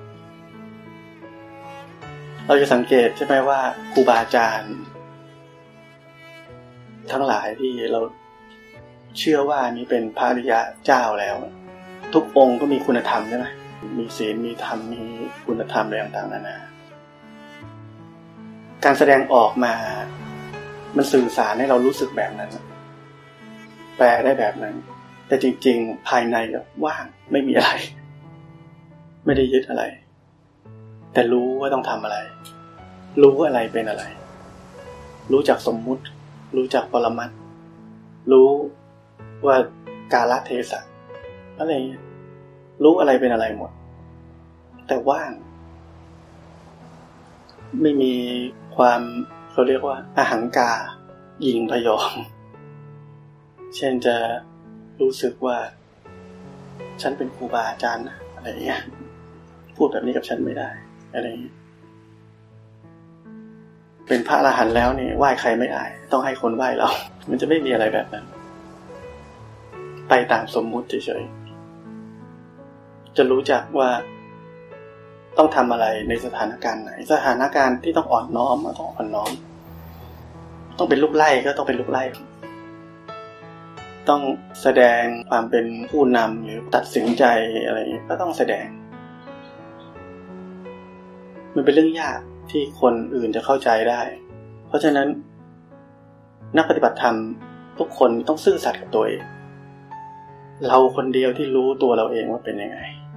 เราจะสังเกตใช่ไหมว่าครูบาอาจารย์ทั้งหลายที่เราเชื่อว่านี้เป็นพระอริยเจ้าแล้วทุกองค์ก็มีคุณธรรมใช่ไหมมีศีลมีธรรมมีคุณธรรมอะไรต่างๆนานาการแสดงออกมามันสื่อสารให้เรารู้สึกแบบนั้นแปลได้แบบนั้นแต่จริงๆภายในก็ว่างไม่มีอะไรไม่ได้ยึดอะไรแต่รู้ว่าต้องทำอะไรรู้ว่าอะไรเป็นอะไรรู้จักสมมุติรู้จักปรมัตถ์รู้ว่ากาลเทศะอะไรอย่างเงี้ยรู้อะไรเป็นอะไรหมดแต่ว่างไม่มีความเขาเรียกว่าอหังการหยิ่งพยองเช่นจะรู้สึกว่าฉันเป็นครูบาอาจารย์นะอะไรอย่างเงี้ยพูดแบบนี้กับฉันไม่ได้อะไรอย่างเงี้ยเป็นพระอรหันต์แล้วนี่ไหว้ใครไม่อายต้องให้คนไหว้เรามันจะไม่มีอะไรแบบนั้นไปตามสมมุติเฉยๆจะรู้จักว่าต้องทำอะไรในสถานการณ์ไหนสถานการณ์ที่ต้องอ่อนน้อมก็ต้องอ่อนน้อมต้องเป็นลูกไล่ก็ต้องเป็นลูกไล่ต้องแสดงความเป็นผู้นำหรือตัดสินใจอะไรก็ต้องแสดงมันเป็นเรื่องยากที่คนอื่นจะเข้าใจได้เพราะฉะนั้นนักปฏิบัติธรรมทุกคนต้องซื่อสัตย์กับตัวเองเราคนเดียวที่รู้ตัวเราเองว่าเป็นยังไง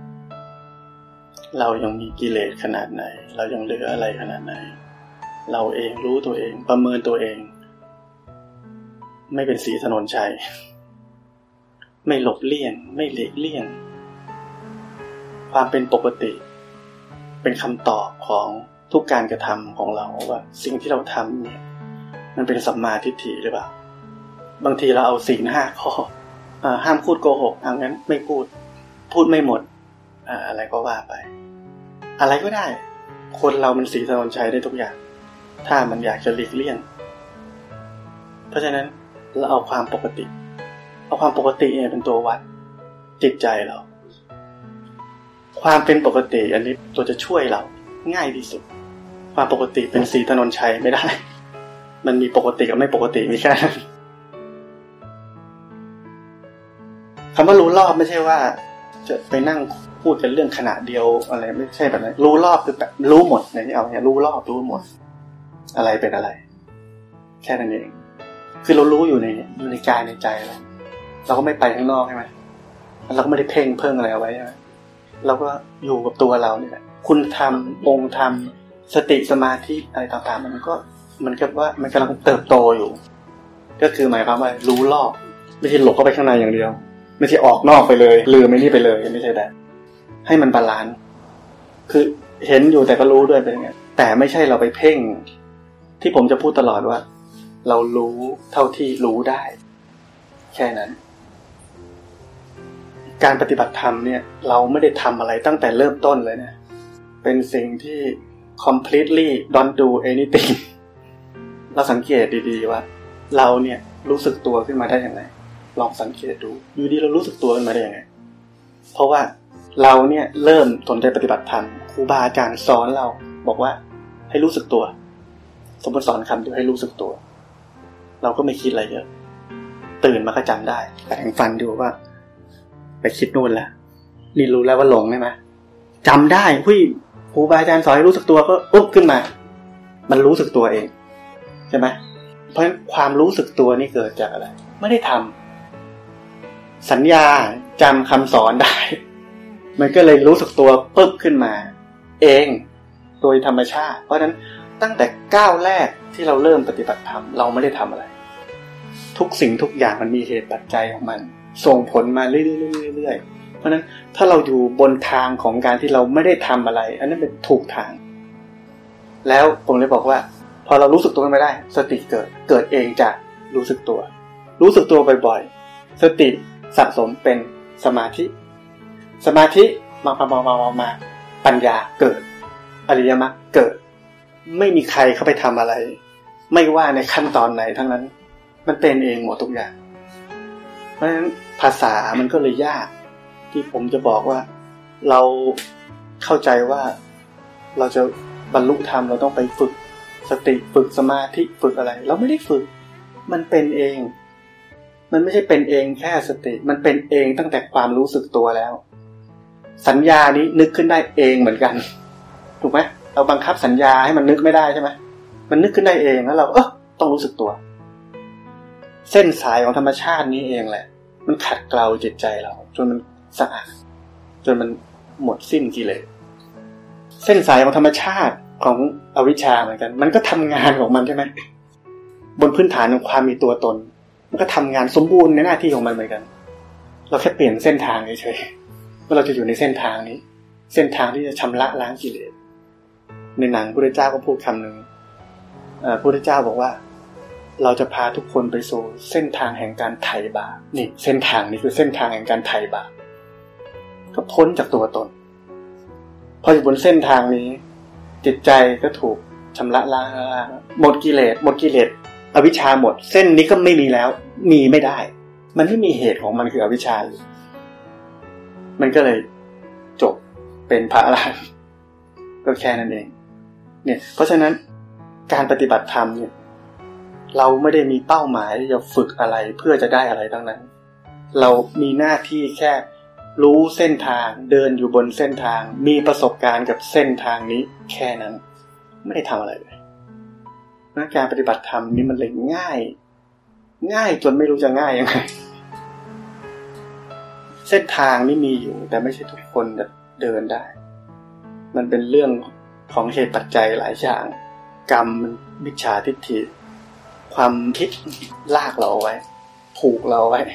เรายังมีกิเลสขนาดไหนเรายังเหลืออะไรขนาดไหนเราเองรู้ตัวเองประเมินตัวเองไม่เป็นศรีถนนชัยไม่หลบเลี่ยงไม่หลีกเลี่ยงความเป็นปกติเป็นคำตอบของทุกการกระทำของเราว่าสิ่งที่เราทำเนี่ยมันเป็นสัมมาทิฏฐิหรือเปล่าบางทีเราเอาศีลห้าข้อห้ามพูดโกหกเอางั้นไม่พูดพูดไม่หมดอ่าอะไรก็ว่าไปอะไรก็ได้คนเรามันศรีถนนชัยได้ทุกอย่างถ้ามันอยากจะหลีกเลี่ยงเพราะฉะนั้นเราเอาความปกติเอาความปกติเนี่ยเป็นตัววัดจิตใจเราความเป็นปกติอันนี้ตัวจะช่วยเราง่ายที่สุดความปกติเป็นสีถนนชัยไม่ได้มันมีปกติกับไม่ปกติมีแค่นั้นคำว่ารู้รอบไม่ใช่ว่าจะไปนั่งพูดกันเรื่องขณะเดียวอะไรไม่ใช่แบบนั้นรู้รอบคือแบบรู้หมดในนี้เอาเนี่ยรู้รอบรู้หมดอะไรเป็นอะไรแค่นั้นเองคือเรารู้อยู่ในอยู่ในกายในใจเราเราก็ไม่ไปข้างนอกใช่ไหมเราก็ไม่ได้เพ่งเพิ่งอะไรเอาไว้ใช่ไหมเราก็อยู่กับตัวเรานี่แหละคุณทำองค์ทำสติสมาธิอะไรต่างๆมันก็มันก็ว่ามันกำลังเติบโตอยู่ก็คือหมายความว่ารู้รอบไม่ใช่หลบเข้าไปข้างในอย่างเดียวไม่ใช่ออกนอกไปเลยลืมไม่นี่ไปเลยไม่ใช่แบบให้มันบาลานซ์คือเห็นอยู่แต่ก็รู้ด้วยเป็นไงแต่ไม่ใช่เราไปเพ่งที่ผมจะพูดตลอดว่าเรารู้เท่าที่รู้ได้แค่นั้นการปฏิบัติธรรมเนี่ยเราไม่ได้ทำอะไรตั้งแต่เริ่มต้นเลยนะเป็นสิ่งที่ completely don't do anything เราสังเกตดีๆว่าเราเนี่ยรู้สึกตัวขึ้นมาได้ยังไงลองสังเกตดูอยู่ดีเรารู้สึกตัวขึ้นมาได้ยังไงเพราะว่าเราเนี่ยเริ่มสนใจปฏิบัติธรรมครูบาอาจารย์สอนเราบอกว่าให้รู้สึกตัวสมมติสอนคำเดียวให้รู้สึกตัวเราก็ไม่คิดอะไรเยอะตื่นมาก็จำได้แปรงฟันดูว่าไปคิดนู่นแล้วนี่รู้แล้วว่าหลงใช่ไหมจำได้พี่ครูบาอาจารย์สอนให้รู้สึกตัวก็อุ๊บขึ้นมามันรู้สึกตัวเองใช่ไหมเพราะฉะนั้นความรู้สึกตัวนี่เกิดจากอะไรไม่ได้ทำสัญญาจำคำสอนได้มันก็เลยรู้สึกตัวปึ๊บขึ้นมาเองโดยธรรมชาติเพราะฉะนั้นตั้งแต่ก้าวแรกที่เราเริ่มปฏิบัติธรรมเราไม่ได้ทำอะไรทุกสิ่งทุกอย่างมันมีเหตุปัจจัยของมันส่งผลมาเรื่อยๆๆเพราะฉะนั้นถ้าเราอยู่บนทางของการที่เราไม่ได้ทำอะไรอันนั้นเป็นถูกทางแล้วผมเลยบอกว่าพอเรารู้สึกตัวไม่ได้สติเกิดเกิดเองจากรู้สึกตัวรู้สึกตัวบ่อยๆสติสะสมเป็นสมาธิสมาธิมามามามามาปัญญาเกิดอริยมรรคเกิดไม่มีใครเข้าไปทำอะไรไม่ว่าในขั้นตอนไหนทั้งนั้นมันเป็นเองหมดทุกอย่างเพราะฉะนั้นภาษามันก็เลยยากที่ผมจะบอกว่าเราเข้าใจว่าเราจะบรรลุธรรมเราต้องไปฝึกสติฝึกสมาธิฝึกอะไรเราไม่ได้ฝึกมันเป็นเองมันไม่ใช่เป็นเองแค่สติมันเป็นเองตั้งแต่ความรู้สึกตัวแล้วสัญญานี้นึกขึ้นได้เองเหมือนกันถูกไหมเราบังคับสัญญาให้มันนึกไม่ได้ใช่ไหมมันนึกขึ้นได้เองแล้วเราเออต้องรู้สึกตัวเส้นสายของธรรมชาตินี้เองแหละมันขัดเกลาจิตใจเราจนมันสะอาดจนมันหมดสิ้นกิเลสเส้นสายของธรรมชาติของอวิชชาเหมือนกันมันก็ทำงานของมันใช่ไหมบนพื้นฐานของความมีตัวตนมันก็ทำงานสมบูรณ์ในหน้าที่ของมันเหมือนกันเราแค่เปลี่ยนเส้นทางเฉยๆว่าเราจะอยู่ในเส้นทางนี้เส้นทางที่จะชำระล้างกิเลสในหนังพระพุทธเจ้าก็พูดคำหนึ่งพระพุทธเจ้าบอกว่าเราจะพาทุกคนไปสู่เส้นทางแห่งการไถ่บาปนี่เส้นทางนี้คือเส้นทางแห่งการไถ่บาปก็พ้นจากตัวตนพออยู่บนเส้นทางนี้จิตใจก็ถูกชำระล้างหมดกิเลสหมดกิเลสอวิชชาหมดเส้นนี้ก็ไม่มีแล้วมีไม่ได้มันไม่มีเหตุของมันคืออวิชชาอยู่มันก็เลยจบเป็นพระอรหันต์ก็แค่นั้นเองเนี่ยเพราะฉะนั้นการปฏิบัติธรรมเนี่ยเราไม่ได้มีเป้าหมายที่จะฝึกอะไรเพื่อจะได้อะไรทั้งนั้นเรามีหน้าที่แค่รู้เส้นทางเดินอยู่บนเส้นทางมีประสบการณ์กับเส้นทางนี้แค่นั้นไม่ได้ทำอะไรเลยการปฏิบัติธรรมนี่มันเลยง่ายง่ายจนไม่รู้จะง่ายยังไงเส้นทางนี่มีอยู่แต่ไม่ใช่ทุกคนจะเดินได้มันเป็นเรื่องของเหตุปัจจัยหลายอย่างกรรมมิจฉาทิฏฐิความคิดลากเราเอาไว้ผูกเราไว้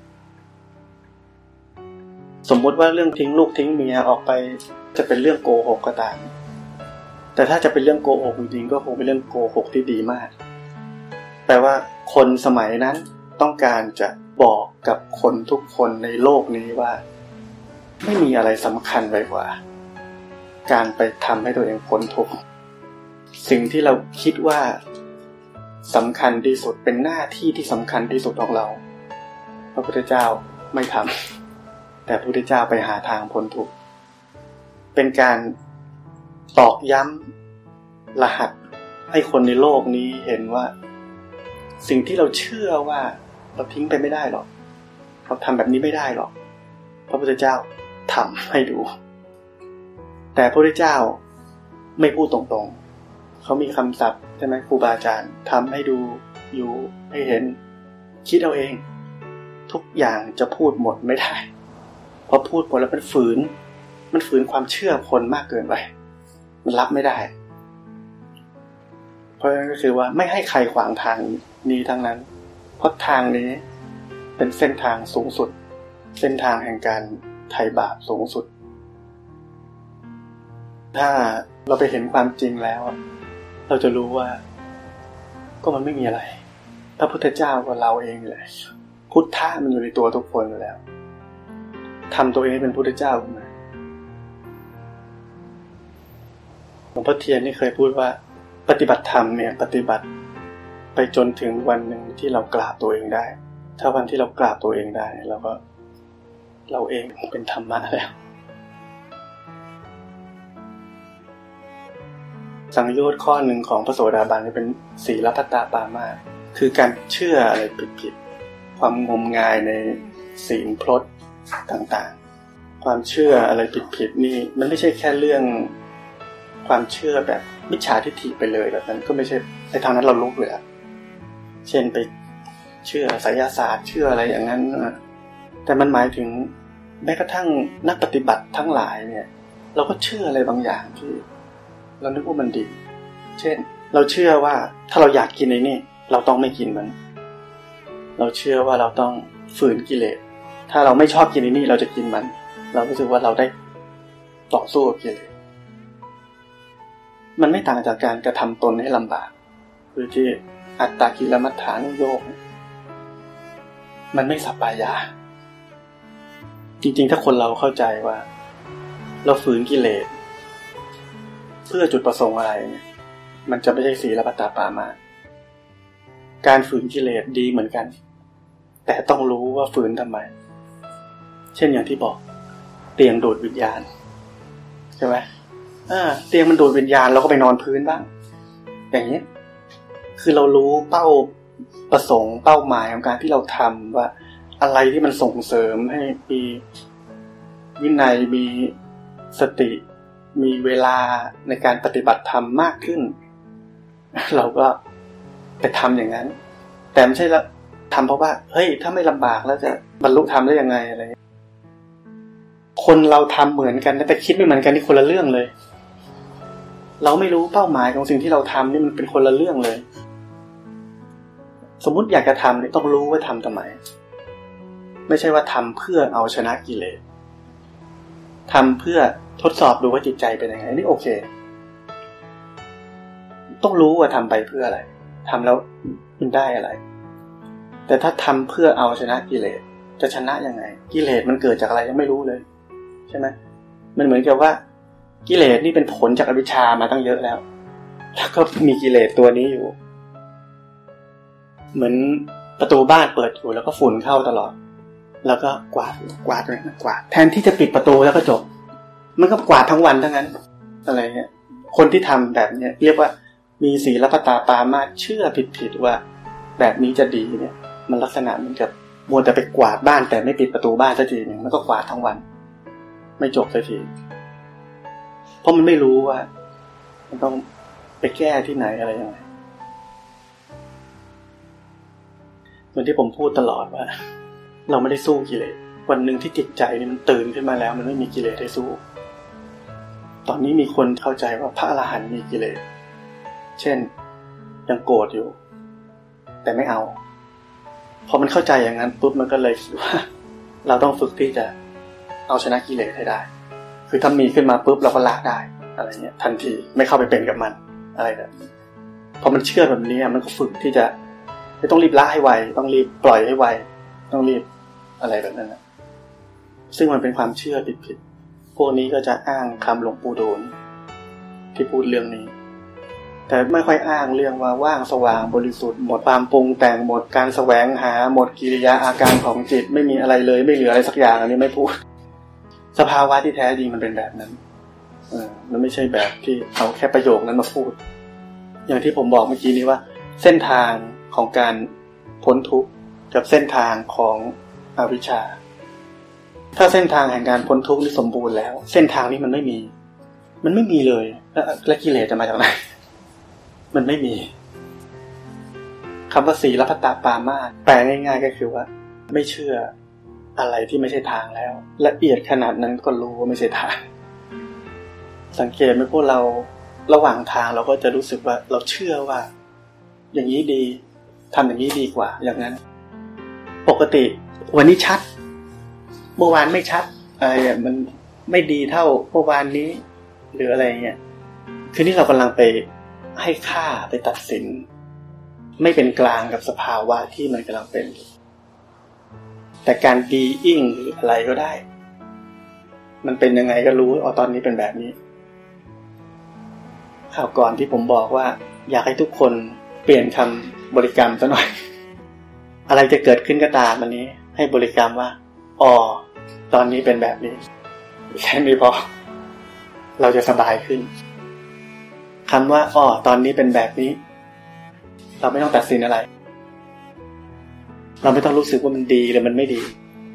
สมมุติว่าเรื่องทิ้งลูกทิ้งเมียออกไปจะเป็นเรื่องโกหกก็ตามแต่ถ้าจะเป็นเรื่องโกหกจริงๆก็คงเป็นเรื่องโกหกที่ดีมากแปลว่าคนสมัยนั้นต้องการจะบอกกับคนทุกคนในโลกนี้ว่าไม่มีอะไรสำคัญไปกว่าการไปทำให้ตัวเองพ้นทุกข์สิ่งที่เราคิดว่าสำคัญที่สุดเป็นหน้าที่ที่สำคัญที่สุดของเราพระพุทธเจ้าไม่ทำแต่พระพุทธเจ้าไปหาทางพ้นทุกข์เป็นการตอกย้ำรหัสให้คนในโลกนี้เห็นว่าสิ่งที่เราเชื่อว่าเราทิ้งไปไม่ได้หรอกเราทำแบบนี้ไม่ได้หรอกพระพุทธเจ้าทำให้ดูแต่พระพุทธเจ้าไม่พูดตรงๆเขามีคำศัพท์ใช่ไหมครูบาอาจารย์ทำให้ดูอยู่ให้เห็นคิดเอาเองทุกอย่างจะพูดหมดไม่ได้พอพูดหมดแล้วมันฝืนมันฝืนความเชื่อคนมากเกินไปมันรับไม่ได้เพราะฉะนั้นก็คือว่าไม่ให้ใครขวางทางนี้ทั้งนั้นเพราะทางนี้เป็นเส้นทางสูงสุดเส้นทางแห่งการไถ่บาปสูงสุดถ้าเราไปเห็นความจริงแล้วเราจะรู้ว่าก็มันไม่มีอะไรพระพุทธเจ้ากับเราเองเลยพุทธะมันอยู่ในตัวทุกคนอยู่แล้วทำตัวเองเป็นพุทธเจ้าขึ้นมาหลวงพ่อเทียนนี่เคยพูดว่าปฏิบัติธรรมเนี่ยปฏิบัติไปจนถึงวันหนึ่งที่เรากราบตัวเองได้ถ้าวันที่เรากราบตัวเองได้เราก็เราเองเป็นธรรมะแล้วสังโยชน์ข้อหนึ่งของพระโสดาบันเป็นศีลพัตตปามาสคือการเชื่ออะไรผิดๆความงมงายในศีลพรตต่างๆความเชื่ออะไรผิดๆนี่มันไม่ใช่แค่เรื่องความเชื่อแบบมิจฉาทิฏฐิไปเลยแบบนั้นก็ไม่ใช่ในทางนั้นเรารู้เลยเช่นไปเชื่อไสยศาสตร์เชื่ออะไรอย่างนั้นแต่มันหมายถึงแม้กระทั่งนักปฏิบัติทั้งหลายเนี่ยเราก็เชื่ออะไรบางอย่างที่เรานึกว่ามันดีเช่นเราเชื่อว่าถ้าเราอยากกินไอ้นี่เราต้องไม่กินมันเราเชื่อว่าเราต้องฝืนกิเลสถ้าเราไม่ชอบกินไอ้นี่เราจะกินมันเรารู้สึกว่าเราได้ต่อสู้กับกิเลสมันไม่ต่างจากการกระทำตนให้ลำบากคือที่อัตตกิลมัฏฐานุโยคมันไม่สัปปายาจริงๆถ้าคนเราเข้าใจว่าเราฝืนกิเลสเพื่อจุดประสงค์อะไรเนี่ยมันจะไม่ใช่ศีลพัตตปามาสการฝืนกิเลสดีเหมือนกันแต่ต้องรู้ว่าฝืนทำไมเช่นอย่างที่บอกเตียงดูดวิญญาณใช่ไหมอ่าเตียงมันดูดวิญญาณเราก็ไปนอนพื้นบ้างอย่างนี้คือเรารู้เป้าประสงค์เป้าหมายของการที่เราทำว่าอะไรที่มันส่งเสริมให้มีวินัยมีสติมีเวลาในการปฏิบัติธรรมมากขึ้นเราก็ไปทำอย่างนั้นแต่ไม่ใช่ละทำเพราะว่าเฮ้ยถ้าไม่ลำบากแล้วจะบรรลุธรรมได้ยังไงอะไรคนเราทำเหมือนกันแต่คิดไม่เหมือนกันนี่คนละเรื่องเลยเราไม่รู้เป้าหมายของสิ่งที่เราทำนี่มันเป็นคนละเรื่องเลยสมมุติอยากจะทำเนี่ยต้องรู้ว่าทำทำไมไม่ใช่ว่าทำเพื่อเอาชนะกิเลสทำเพื่อทดสอบดูว่าจิตใจเป็นยังไงนี่โอเคต้องรู้ว่าทำไปเพื่ออะไรทำแล้วมันได้อะไรแต่ถ้าทำเพื่อเอาชนะกิเลสจะชนะยังไงกิเลสมันเกิดจากอะไรยังไม่รู้เลยใช่ไหมมันเหมือนกับว่ากิเลสนี่เป็นผลจากอวิชชามาตั้งเยอะแล้วแล้วก็มีกิเลสตัวนี้อยู่เหมือนประตูบ้านเปิดอยู่แล้วก็ฝุ่นเข้าตลอดแล้วก็กวาดกวาดเลยนะกวาดแทนที่จะปิดประตูแล้วก็จบมันก็กวาดทั้งวันทั้งนั้นอะไรเงี้ยคนที่ทำแบบเนี้ยเรียกว่ามีศีลพัตตปามาสเชื่อผิดๆว่าแบบนี้จะดีเนี่ยมันลักษณะเหมือนกับมัวแต่ไปกวาดบ้านแต่ไม่ปิดประตูบ้านสักทีนึงมันก็กวาดทั้งวันไม่จบสักทีเพราะมันไม่รู้ว่ามันต้องไปแก้ที่ไหนอะไรยังไงเหมือนที่ผมพูดตลอดว่าเราไม่ได้สู้กิเลสวันหนึ่งที่จิตใจนี่มันตื่นขึ้นมาแล้วมันไม่มีกิเลสให้สู้ตอนนี้มีคนเข้าใจว่าพระอรหันต์มีกิเลสเช่นยังโกรธอยู่แต่ไม่เอาพอมันเข้าใจอย่างนั้นปุ๊บมันก็เลยคิดว่าเราต้องฝึกที่จะเอาชนะกิเลสให้ได้คือถ้ามีขึ้นมาปุ๊บเราก็ละได้อะไรเงี้ยทันทีไม่เข้าไปเป็นกับมันอะไรแบบนี้พอมันเชื่อแบบนี้มันก็ฝึกที่จะไม่ต้องรีบละให้ไวต้องรีบปล่อยให้ไวต้องรีบอะไรแบบนั้นนะซึ่งมันเป็นความเชื่อผิดๆพวกนี้ก็จะอ้างคำหลวงปู่ดูลที่พูดเรื่องนี้แต่ไม่ค่อยอ้างเรื่องว่าว่างสว่างบริสุทธิ์หมดความปรุงแต่งหมดการแสวงหาหมดกิริยาอาการของจิตไม่มีอะไรเลยไม่เหลืออะไรสักอย่างอันนี้ไม่พูดสภาวะที่แท้จริงมันเป็นแบบนั้นเออมันไม่ใช่แบบที่เอาแค่ประโยคนั้นมาพูดอย่างที่ผมบอกเมื่อกี้นี้ว่าเส้นทางของการพ้นทุกข์กับเส้นทางของอวิชชาถ้าเส้นทางแห่งการพ้นทุกข์นี่สมบูรณ์แล้วเส้นทางนี้มันไม่มีมันไม่มีเลยแล้วและกิเลสจะมาจากไหนมันไม่มีคำว่าสีลพัตตปามาสแปลง่ายๆก็คือว่าไม่เชื่ออะไรที่ไม่ใช่ทางแล้วละเอียดขนาดนั้นก็รู้ว่าไม่ใช่ทางสังเกตไหมพวกเราระหว่างทางเราก็จะรู้สึกว่าเราเชื่อว่าอย่างนี้ดีทำอย่างนี้ดีกว่าอย่างนั้นปกติวันนี้ชัดเมื่อวานไม่ชัดอะไรอ่ะมันไม่ดีเท่าเมื่อวานนี้หรืออะไรเงี้ยคือนี่เรากำลังไปให้ค่าไปตัดสินไม่เป็นกลางกับสภาวะที่มันกำลังเป็นแต่การดีอิ่งหรืออะไรก็ได้มันเป็นยังไงก็รู้อ๋อตอนนี้เป็นแบบนี้ข่าวก่อนที่ผมบอกว่าอยากให้ทุกคนเปลี่ยนคำบริกรรมซะหน่อยอะไรจะเกิดขึ้นก็ตามวันนี้ให้บริกรรมว่าอ๋อตอนนี้เป็นแบบนี้แค่นี้พอเราจะสบายขึ้นคำว่าอ๋อตอนนี้เป็นแบบนี้เราไม่ต้องตัดสินอะไรเราไม่ต้องรู้สึกว่ามันดีหรือมันไม่ดี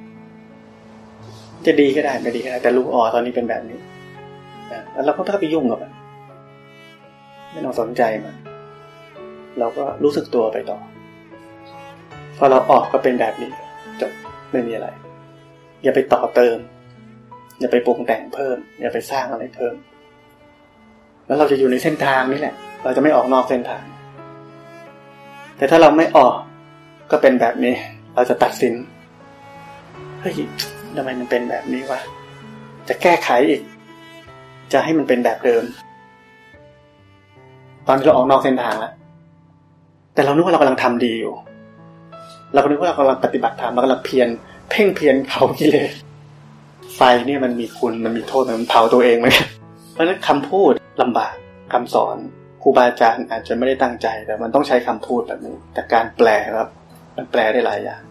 จะดีก็ได้ไม่ดีก็ได้แต่รู้อ๋อตอนนี้เป็นแบบนี้แล้วเราก็ไม่ต้องไปยุ่งกับมันไม่ต้องสนใจมันเราก็รู้สึกตัวไปต่อพอเราออกก็เป็นแบบนี้จบไม่มีอะไรอย่าไปต่อเติมอย่าไปปรุงแต่งเพิ่มอย่าไปสร้างอะไรเพิ่มแล้วเราจะอยู่ในเส้นทางนี้แหละเราจะไม่ออกนอกเส้นทางแต่ถ้าเราไม่ออกก็เป็นแบบนี้เราจะตัดสินเฮ้ยทำไมมันเป็นแบบนี้วะจะแก้ไขอีกจะให้มันเป็นแบบเดิมตอนที่เราออกนอกเส้นทางแล้วแต่เรานึกว่าเรากำลังทำดีอยู่เราก็นึกว่าเรากำลังปฏิบัติธรรมเรากำลังเพียรเพ่งเพียรเผากิเลสไฟเนี่ยมันมีคุณมันมีโทษมันเผาตัวเองเหมือนกันเพราะฉะนั้นคำพูดลำบากคำสอนครูบาอาจารย์อาจจะไม่ได้ตั้งใจแต่มันต้องใช้คำพูดแบบนี้แต่การแปลครับมันแปลได้หลายอย่าง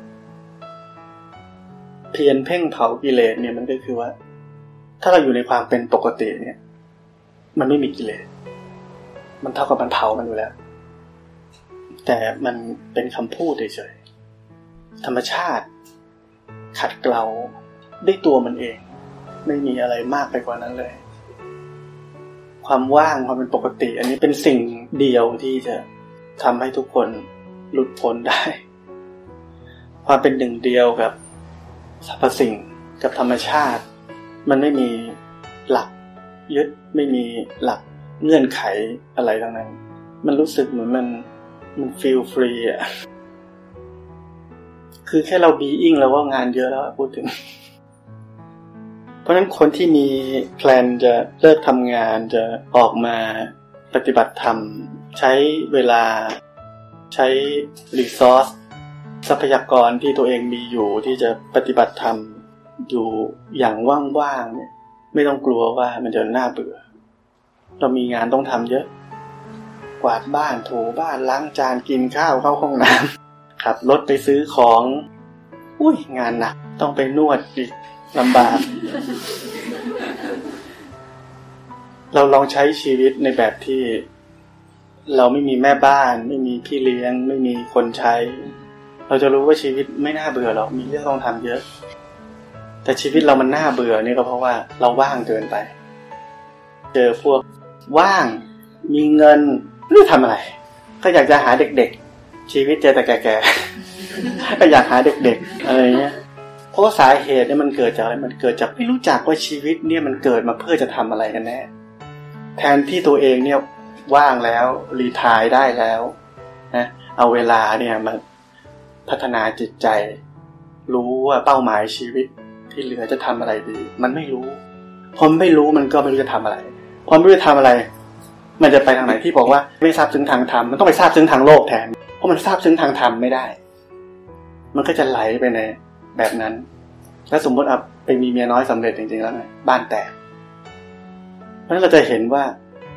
เพียรเพ่งเผากิเลสเนี่ยมันก็คือว่าถ้าเราอยู่ในความเป็นปกติเนี่ยมันไม่มีกิเลสมันเท่ากับมันเผามันอยู่แล้วแต่มันเป็นคำพูดเฉยๆธรรมชาติขัดเกลาด้วยตัวมันเองไม่มีอะไรมากไปกว่านั้นเลยความว่างความเป็นปกติอันนี้เป็นสิ่งเดียวที่จะทำให้ทุกคนหลุดพ้นได้ความเป็นหนึ่งเดียวกับสรรพสิ่งกับธรรมชาติมันไม่มีหลักยึดไม่มีหลักเงื่อนไขอะไรทั้งนั้นมันรู้สึกเหมือนมันมันฟีลฟรีอ่ะคือแค่เราบีอิงแล้วว่างานเยอะแล้วพูดถึงเพราะฉะนั้นคนที่มีแพลนจะเลิกทำงานจะออกมาปฏิบัติธรรมใช้เวลาใช้รีซอสทรัพยากรที่ตัวเองมีอยู่ที่จะปฏิบัติธรรมอยู่อย่างว่างๆเนี่ยไม่ต้องกลัวว่ามันจะน่าเบื่อเรามีงานต้องทำเยอะกวาดบ้านถูบ้านล้างจานกินข้าวเข้าห้องน้ำขับรถไปซื้อของอุ้ยงานหนักต้องไปนวดอีกลำบาก เราลองใช้ชีวิตในแบบที่เราไม่มีแม่บ้านไม่มีพี่เลี้ยงไม่มีคนใช้เราจะรู้ว่าชีวิตไม่น่าเบื่อหรอกมีเรื่องต้องทำเยอะแต่ชีวิตเรามันน่าเบื่อนี่ก็เพราะว่าเราว่างเกินไปเจอพวกว่างมีเงินไม่รู้ทำอะไรก็อยากจะหาเด็กๆชีวิตเจอแต่แก่ๆก็อยากหาเด็กๆอะไรเงี้ยเพราะว่าสาเหตุเนี่ยมันเกิดจากอะไรมันเกิดจากไม่รู้จักว่าชีวิตเนี่ยมันเกิดมาเพื่อจะทำอะไรกันแน่แทนที่ตัวเองเนี่ยว่างแล้วรีไทร์ได้แล้วนะเอาเวลาเนี่ยมาพัฒนาจิตใจรู้ว่าเป้าหมายชีวิตที่เหลือจะทำอะไรดีมันไม่รู้พอไม่รู้มันก็ไม่รู้จะทำอะไรพอไม่รู้จะทำอะไรมันจะไปทางไหนที่บอกว่าไม่ทราบซึ้งทางธรรมมันต้องไปทราบซึ้งทางโลกแทนเพราะมันทราบซึ้งทางธรรมไม่ได้มันก็จะไหลไปในแบบนั้นแล้วสมมติอ่ะไปมีเมียน้อยสำเร็จจริงๆแล้วไงบ้านแตกเพราะฉะนั้นเราจะเห็นว่า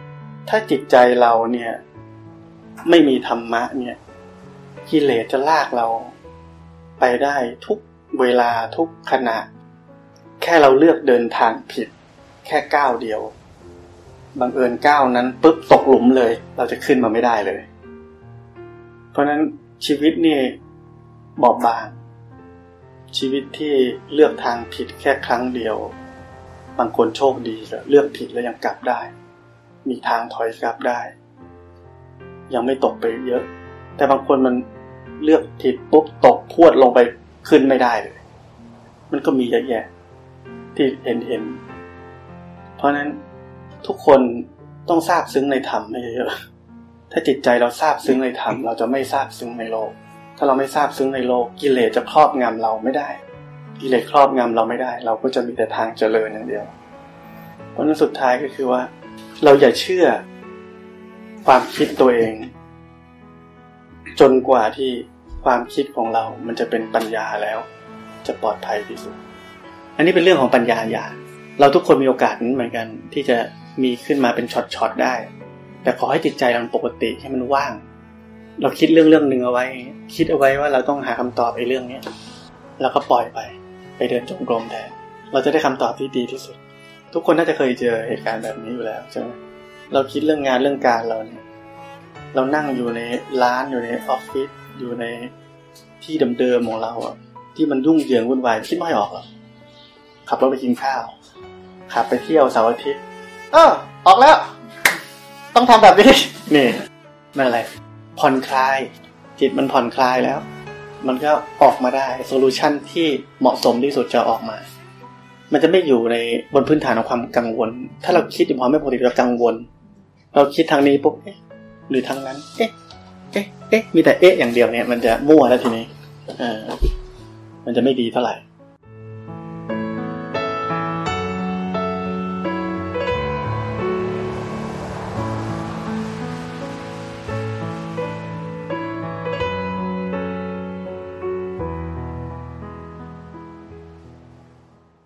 ถ้าจิตใจเราเนี่ยไม่มีธรรมะเนี่ยกิเลสจะลากเราไปได้ทุกเวลาทุกขณะแค่เราเลือกเดินทางผิดแค่ก้าวเดียวบังเอิญก้าวนั้นปุ๊บตกหลุมเลยเราจะขึ้นมาไม่ได้เลยเพราะนั้นชีวิตนี่บอบบางชีวิตที่เลือกทางผิดแค่ครั้งเดียวบางคนโชคดีก็เลือกผิดแล้วยังกลับได้มีทางถอยกลับได้ยังไม่ตกไปเยอะแต่บางคนมันเลือกผิดปุ๊บตกพรวดลงไปขึ้นไม่ได้เลยมันก็มีเยอะแยะที่เห็นเห็นเพราะนั้นทุกคนต้องซาบซึ้งในธรรมให้เยอะถ้าจิตใจเราซาบซึ้งในธรรมเราจะไม่ซาบซึ้งในโลกถ้าเราไม่ซาบซึ้งในโลกกิเลสจะครอบงำเราไม่ได้กิเลสครอบงำเราไม่ได้เราก็จะมีแต่ทางเจริญอย่างเดียวเพราะนั้นสุดท้ายก็คือว่าเราอย่าเชื่อความคิดตัวเองจนกว่าที่ความคิดของเรามันจะเป็นปัญญาแล้วจะปลอดภัยที่สุดอันนี้เป็นเรื่องของปัญญาญาณเราทุกคนมีโอกาสนั้นเหมือนกันที่จะมีขึ้นมาเป็นช็อตๆได้แต่ขอให้จิตใจเราปกติให้มันว่างเราคิดเรื่องเรื่องนึงเอาไว้คิดเอาไว้ว่าเราต้องหาคำตอบไอ้เรื่องนี้แล้วก็ปล่อยไปไปเดินจงกรมแทนเราจะได้คำตอบที่ดีที่สุดทุกคนน่าจะเคยเจอเหตุการณ์แบบนี้อยู่แล้วใช่ไหมเราคิดเรื่องงานเรื่องการเราเนี่ยเรานั่งอยู่ในร้านอยู่ในออฟฟิศอยู่ในที่เดิมๆของเราอ่ะที่มันยุ่งเหยิงวุ่นวายคิดไม่ออกหรอกขับรถไปกินข้าวขับไปเที่ยวเสาร์อาทิตย์เออออกแล้วต้องทำแบบนี้นี่นั่นอะไรผ่อนคลายจิตมันผ่อนคลายแล้วมันก็ออกมาได้โซลูชันที่เหมาะสมที่สุดจะออกมามันจะไม่อยู่ในบนพื้นฐานของความกังวลถ้าเราคิดถึงความไม่ปกติเรากังวลเราคิดทางนี้ปุ๊บเอ๊ะหรือทางนั้นเอ๊ะเอ๊ะเอ๊ะมีแต่เอ๊ะอย่างเดียวเนี่ยมันจะมั่วแล้วทีนี้เออมันจะไม่ดีเท่าไหร่